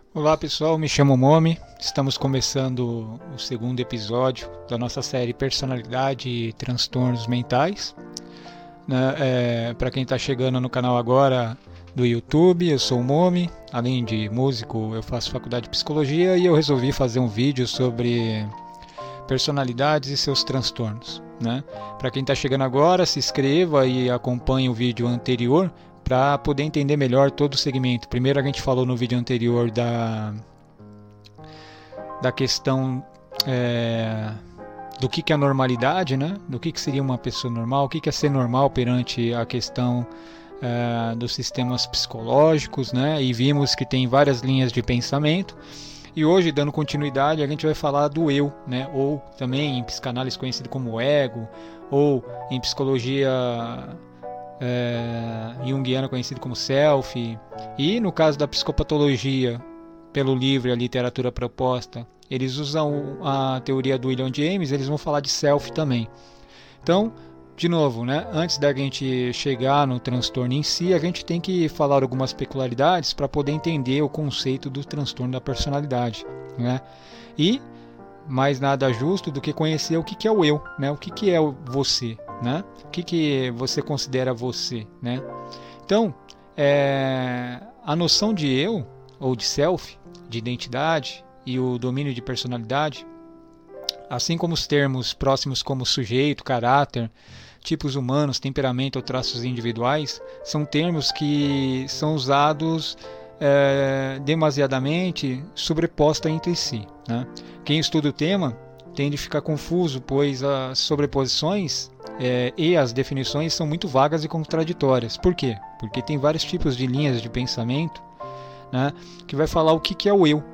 Olá pessoal, me chamo Momi. Estamos começando o segundo episódio da nossa série Personalidade e Transtornos Mentais. Para quem está chegando no canal agora do YouTube, eu sou o Momi. Além de músico, eu faço faculdade de psicologia e eu resolvi fazer um vídeo sobre personalidades e seus transtornos. Para quem está chegando agora, se inscreva e acompanhe o vídeo anterior para poder entender melhor todo o segmento. Primeiro a gente falou no vídeo anterior da questão do que é a normalidade, do que seria uma pessoa normal, o que é ser normal perante a questão dos sistemas psicológicos, e vimos que tem várias linhas de pensamento. E hoje, dando continuidade, a gente vai falar do eu, ou também em psicanálise conhecido como ego, ou em psicologia junguiana conhecido como self. E no caso da psicopatologia, pelo livro e a literatura proposta, eles usam a teoria do William James, eles vão falar de self também. Então, de novo, antes da gente chegar no transtorno em si, a gente tem que falar algumas peculiaridades para poder entender o conceito do transtorno da personalidade. E mais nada justo do que conhecer o que é o eu, o que é o você, o que você considera você. Então, a noção de eu, ou de self, de identidade e o domínio de personalidade, assim como os termos próximos como sujeito, caráter, tipos humanos, temperamento ou traços individuais, são termos que são usados demasiadamente sobreposta entre si. Quem estuda o tema tende a ficar confuso, pois as sobreposições e as definições são muito vagas e contraditórias. Por quê? Porque tem vários tipos de linhas de pensamento que vai falar o que é o eu.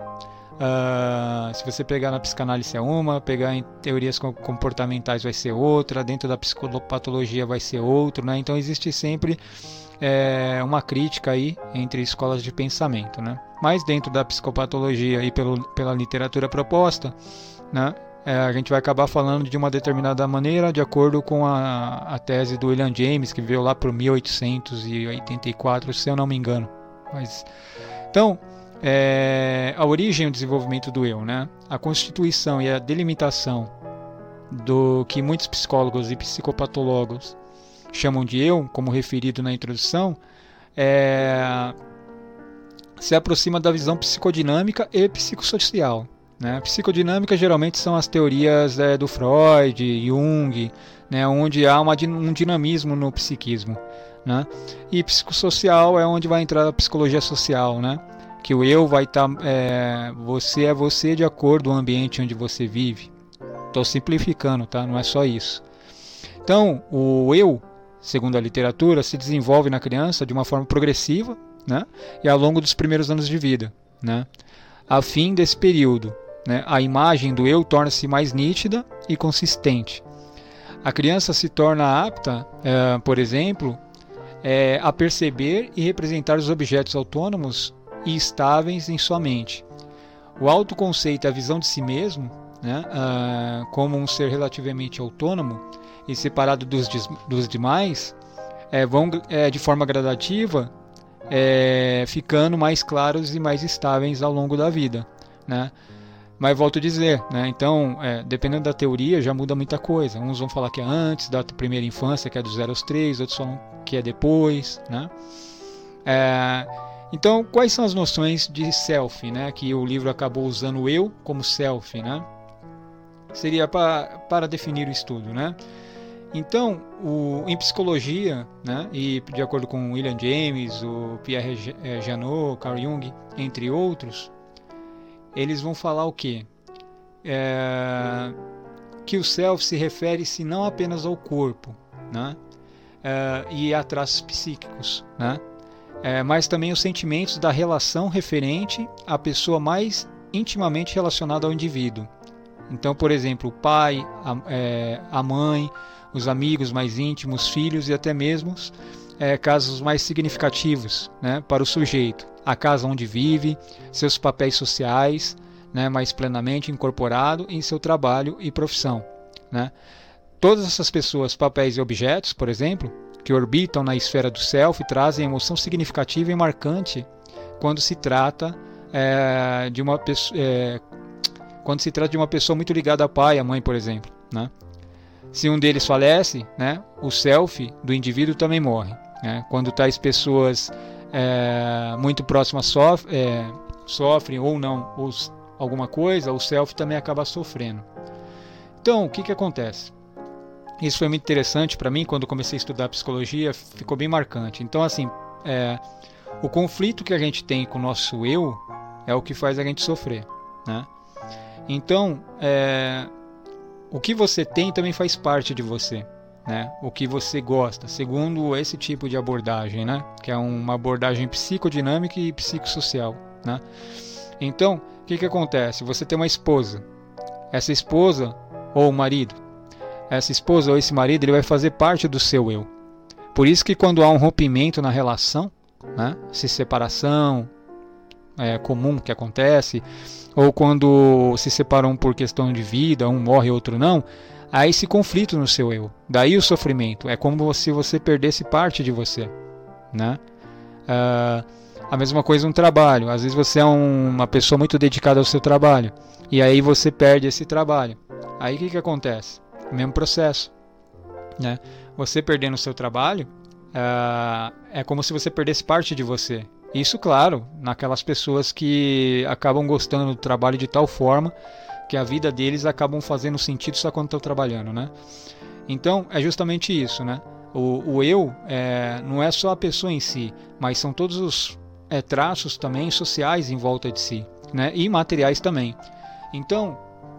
Se você pegar na psicanálise é uma, pegar em teorias comportamentais vai ser outra, dentro da psicopatologia vai ser outro, Então existe sempre uma crítica aí entre escolas de pensamento, Mas dentro da psicopatologia e pela literatura proposta, a gente vai acabar falando de uma determinada maneira de acordo com a tese do William James, que veio lá por 1884, se eu não me engano. Então, a origem e o desenvolvimento do eu, a constituição e a delimitação do que muitos psicólogos e psicopatólogos chamam de eu, como referido na introdução, se aproxima da visão psicodinâmica e psicossocial. Psicodinâmica geralmente são as teorias do Freud, Jung, onde há um dinamismo no psiquismo. E psicossocial é onde vai entrar a psicologia social, que o eu vai estar, você é você de acordo com o ambiente onde você vive. Estou simplificando, não é só isso. Então, o eu, segundo a literatura, se desenvolve na criança de uma forma progressiva, e ao longo dos primeiros anos de vida. A fim desse período, a imagem do eu torna-se mais nítida e consistente. A criança se torna apta, por exemplo, a perceber e representar os objetos autônomos e estáveis em sua mente. O autoconceito e a visão de si mesmo, como um ser relativamente autônomo e separado dos demais, vão de forma gradativa ficando mais claros e mais estáveis ao longo da vida. Mas volto a dizer, então, dependendo da teoria, já muda muita coisa. Uns vão falar que é antes da primeira infância, que é do 0 aos 3, outros falam que é depois. Então, quais são as noções de self, que o livro acabou usando o eu como self, Seria para definir o estudo, Então, em psicologia, e de acordo com William James, o Pierre Janet, Carl Jung, entre outros, eles vão falar o quê? Que o self se refere-se não apenas ao corpo, e a traços psíquicos, mas também os sentimentos da relação referente à pessoa mais intimamente relacionada ao indivíduo. Então, por exemplo, o pai, a mãe, os amigos mais íntimos, filhos e até mesmo casos mais significativos para o sujeito. A casa onde vive, seus papéis sociais, mais plenamente incorporado em seu trabalho e profissão. Todas essas pessoas, papéis e objetos, por exemplo, que orbitam na esfera do self trazem emoção significativa e marcante quando se trata de uma pessoa, quando se trata de uma pessoa muito ligada ao pai, à mãe, por exemplo, né? Se um deles falece, né, o self do indivíduo também morre, né? Quando tais pessoas muito próximas sofrem ou não alguma coisa, o self também acaba sofrendo. Então, o que acontece? Isso foi muito interessante para mim quando comecei a estudar psicologia, ficou bem marcante. Então, assim, o conflito que a gente tem com o nosso eu é o que faz a gente sofrer, né? Então, o que você tem também faz parte de você, né? O que você gosta, segundo esse tipo de abordagem, né? Que é uma abordagem psicodinâmica e psicossocial, né? Então, o que acontece? Você tem uma esposa. Essa esposa ou o marido, essa esposa ou esse marido, ele vai fazer parte do seu eu. Por isso que quando há um rompimento na relação, né? Se separação comum que acontece, ou quando se separam por questão de vida, um morre e outro não, há esse conflito no seu eu. Daí o sofrimento. É como se você perdesse parte de você, né? A mesma coisa no trabalho. Às vezes você é uma pessoa muito dedicada ao seu trabalho, e aí você perde esse trabalho. Aí o que acontece? O mesmo processo, né? Você perdendo o seu trabalho, é como se você perdesse parte de você. Isso, claro, naquelas pessoas que acabam gostando do trabalho de tal forma que a vida deles acabam fazendo sentido só quando estão trabalhando, né? Então, é justamente isso, né? O eu não é só a pessoa em si, mas são todos os traços também sociais em volta de si, né? E materiais também. Então,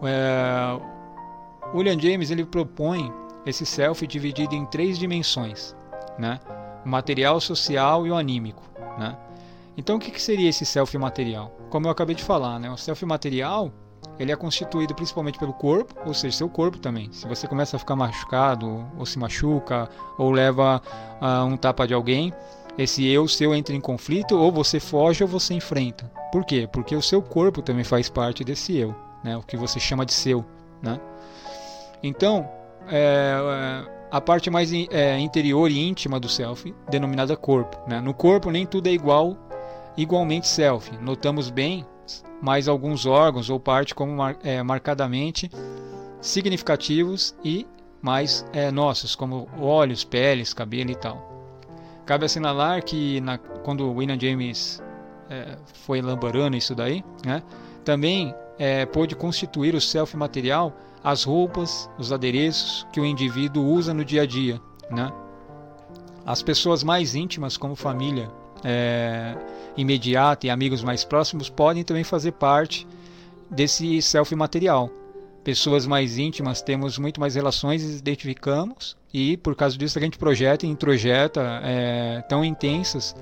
William James ele propõe esse self dividido em 3 dimensões, né? O material, o social e o anímico, né? Então, o que seria esse self material? Como eu acabei de falar, né? O self material ele é constituído principalmente pelo corpo, ou seja, seu corpo também. Se você começa a ficar machucado, ou se machuca, ou leva um tapa de alguém, esse eu seu entra em conflito, ou você foge ou você enfrenta. Por quê? Porque o seu corpo também faz parte desse eu, né? O que você chama de seu, né? Então, a parte mais interior e íntima do self, denominada corpo, né? No corpo nem tudo é igualmente self. Notamos bem, mas alguns órgãos ou partes como marcadamente significativos e mais nossos, como olhos, peles, cabelo e tal. Cabe assinalar que quando William James foi elaborando isso daí, né, também pôde constituir o self material as roupas, os adereços que o indivíduo usa no dia a dia, né? As pessoas mais íntimas, como família imediata e amigos mais próximos, podem também fazer parte desse self material. Pessoas mais íntimas temos muito mais relações e identificamos, e por causa disso a gente projeta e introjeta tão intensas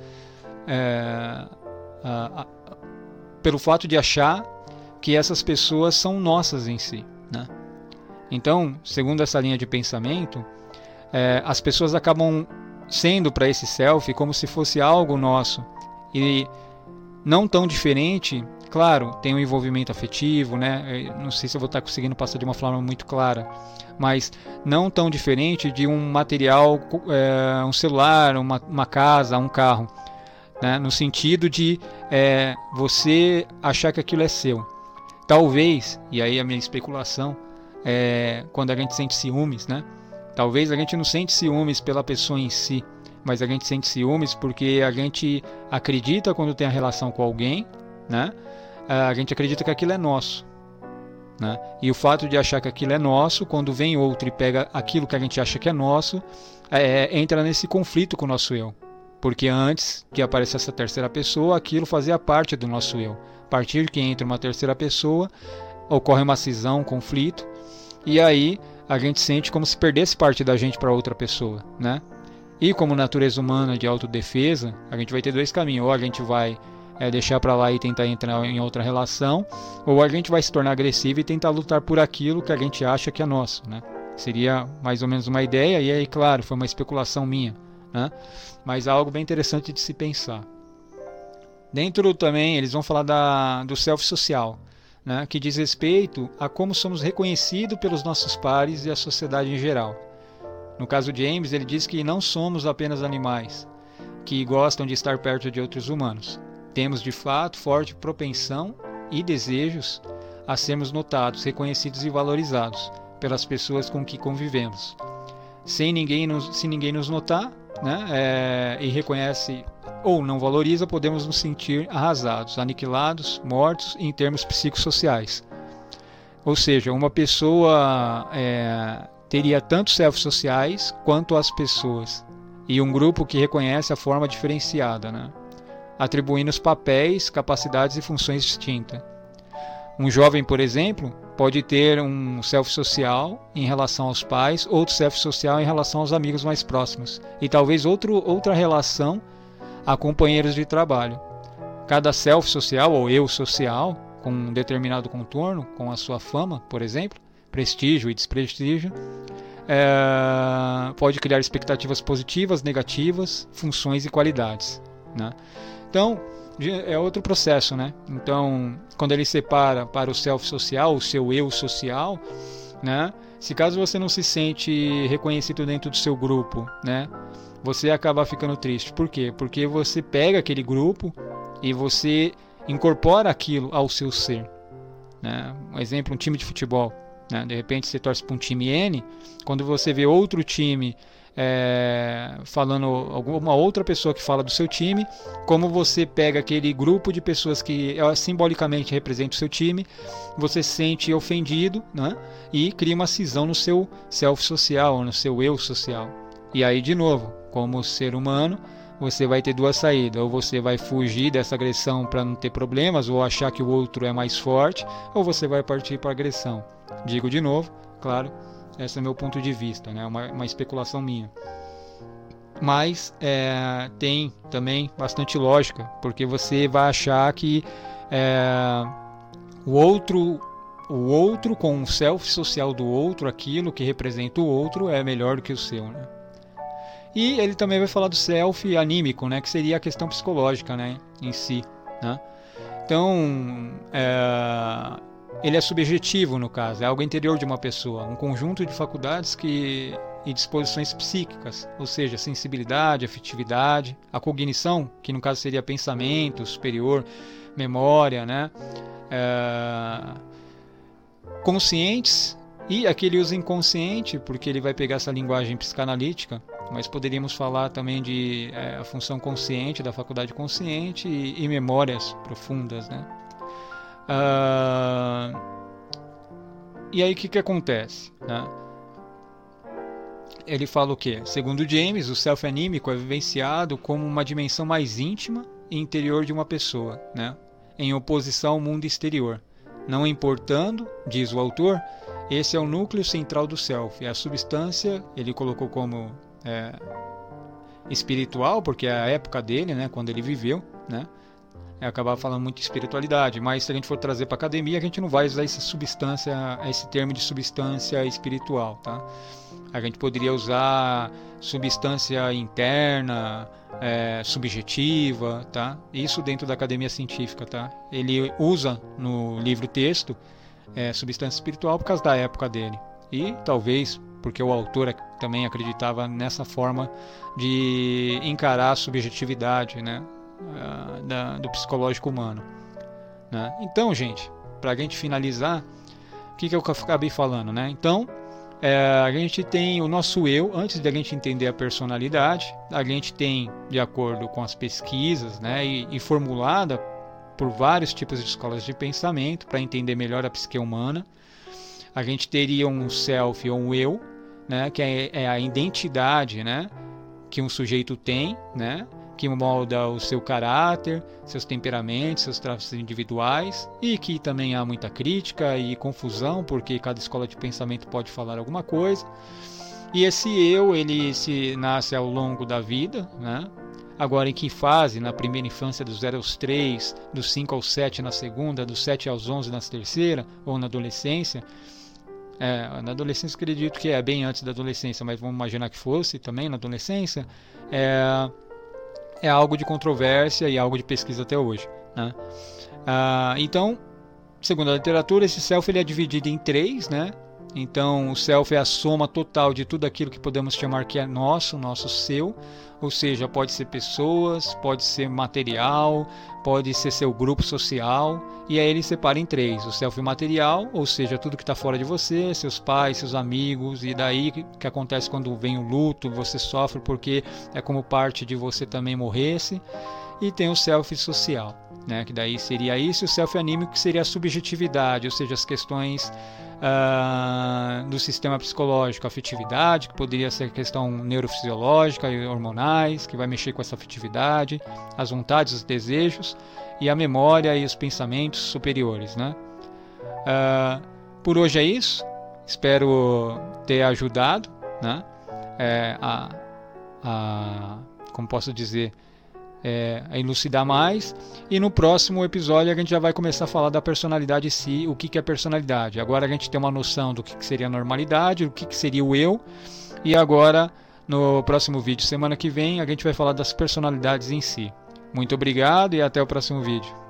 pelo fato de achar que essas pessoas são nossas em si, né? Então, segundo essa linha de pensamento, as pessoas acabam sendo para esse self como se fosse algo nosso, e não tão diferente. Claro, tem um envolvimento afetivo, né? Eu não sei se eu vou estar conseguindo passar de uma forma muito clara, mas não tão diferente de um material, um celular, uma casa, um carro, né? No sentido de você achar que aquilo é seu. Talvez, e aí a minha especulação, quando a gente sente ciúmes, né? Talvez a gente não sente ciúmes pela pessoa em si, mas a gente sente ciúmes porque a gente acredita, quando tem a relação com alguém, né? A gente acredita que aquilo é nosso, né? E o fato de achar que aquilo é nosso, quando vem outro e pega aquilo que a gente acha que é nosso, entra nesse conflito com o nosso eu. Porque antes que aparecesse essa terceira pessoa, aquilo fazia parte do nosso eu. A partir que entra uma terceira pessoa, ocorre uma cisão, um conflito, e aí a gente sente como se perdesse parte da gente para outra pessoa, né? E como natureza humana de autodefesa, a gente vai ter 2 caminhos. Ou a gente vai deixar para lá e tentar entrar em outra relação, ou a gente vai se tornar agressivo e tentar lutar por aquilo que a gente acha que é nosso, né? Seria mais ou menos uma ideia, e aí, claro, foi uma especulação minha, né? Mas algo bem interessante de se pensar. Dentro também, eles vão falar do self social, né? Que diz respeito a como somos reconhecidos pelos nossos pares e a sociedade em geral. No caso de James, ele diz que não somos apenas animais que gostam de estar perto de outros humanos, temos de fato forte propensão e desejos a sermos notados, reconhecidos e valorizados pelas pessoas com que convivemos. Se ninguém nos notar, né, e reconhece ou não valoriza, podemos nos sentir arrasados, aniquilados, mortos em termos psicossociais. Ou seja, uma pessoa teria tanto selfies sociais quanto as pessoas, e um grupo que reconhece a forma diferenciada, né, atribuindo os papéis, capacidades e funções distintas. Um jovem, por exemplo, pode ter um selfie social em relação aos pais, outro selfie social em relação aos amigos mais próximos, e talvez outra relação a companheiros de trabalho. Cada selfie social ou eu social, com um determinado contorno, com a sua fama, por exemplo, prestígio e desprestígio, pode criar expectativas positivas, negativas, funções e qualidades, né? Então, é outro processo, né? Então, quando ele separa para o self social, o seu eu social, né? Se caso você não se sente reconhecido dentro do seu grupo, né, você acaba ficando triste. Por quê? Porque você pega aquele grupo e você incorpora aquilo ao seu ser, né? Um exemplo, um time de futebol, né? De repente você torce para um time N, quando você vê outro time falando alguma outra pessoa que fala do seu time, como você pega aquele grupo de pessoas que simbolicamente representam o seu time, você se sente ofendido, né? E cria uma cisão no seu self social, no seu eu social. E aí, de novo, como ser humano, você vai ter duas saídas: ou você vai fugir dessa agressão para não ter problemas, ou achar que o outro é mais forte, ou você vai partir para a agressão. Digo de novo, claro, esse é o meu ponto de vista, né? Uma especulação minha. Mas tem também bastante lógica, porque você vai achar que o outro com o self social do outro, aquilo que representa o outro, é melhor do que o seu, né? E ele também vai falar do self anímico, né? Que seria a questão psicológica, né? Em si, né? Então, ele é subjetivo, no caso, é algo interior de uma pessoa, um conjunto de faculdades e disposições psíquicas, ou seja, sensibilidade, afetividade, a cognição, que no caso seria pensamento superior, memória, né? Conscientes, e aqui ele usa inconsciente, porque ele vai pegar essa linguagem psicanalítica, mas poderíamos falar também de a função consciente, da faculdade consciente e memórias profundas, né? E aí o que acontece, né? Ele fala o quê? Segundo James, o self anímico é vivenciado como uma dimensão mais íntima e interior de uma pessoa, né? Em oposição ao mundo exterior. Não importando, diz o autor, esse é o núcleo central do self. A substância, ele colocou como espiritual, porque é a época dele, né? Quando ele viveu, né? Acabar falando muito de espiritualidade, mas se a gente for trazer para a academia, a gente não vai usar esse termo de substância espiritual, tá? A gente poderia usar substância interna, subjetiva, tá? Isso dentro da academia científica, tá? Ele usa no livro texto substância espiritual por causa da época dele, e talvez porque o autor também acreditava nessa forma de encarar a subjetividade, né? Do psicológico humano, né? Então, gente, para a gente finalizar, o que eu acabei falando, né? Então, a gente tem o nosso eu. Antes de a gente entender a personalidade, a gente tem, de acordo com as pesquisas, né, e formulada por vários tipos de escolas de pensamento para entender melhor a psique humana, a gente teria um self ou um eu, né, que é a identidade, né, que um sujeito tem, né, que molda o seu caráter, seus temperamentos, seus traços individuais, e que também há muita crítica e confusão, porque cada escola de pensamento pode falar alguma coisa. E esse eu, ele nasce ao longo da vida, né? Agora, em que fase? Na primeira infância, dos 0 aos 3, dos 5 aos 7 na segunda, dos 7 aos 11 na terceira, ou na adolescência? Na adolescência, acredito que é bem antes da adolescência, mas vamos imaginar que fosse também na adolescência. É algo de controvérsia e algo de pesquisa até hoje, né? Então, segundo a literatura, esse self ele é dividido em 3, né? Então, o self é a soma total de tudo aquilo que podemos chamar que é nosso seu, ou seja, pode ser pessoas, pode ser material, pode ser seu grupo social, e aí ele separa em 3: o self material, ou seja, tudo que está fora de você, seus pais, seus amigos, e daí que acontece quando vem o luto, você sofre porque é como parte de você também morresse. E tem o self social, né, que daí seria isso, e o self anímico, que seria a subjetividade, ou seja, as questões do sistema psicológico, a afetividade, que poderia ser questão neurofisiológica e hormonais, que vai mexer com essa afetividade, as vontades, os desejos, e a memória e os pensamentos superiores, né? Por hoje é isso, espero ter ajudado, né, como posso dizer, a elucidar mais, e no próximo episódio a gente já vai começar a falar da personalidade em si, o que é personalidade. Agora a gente tem uma noção do que seria a normalidade, o que seria o eu, e agora no próximo vídeo, semana que vem, a gente vai falar das personalidades em si. Muito obrigado e até o próximo vídeo.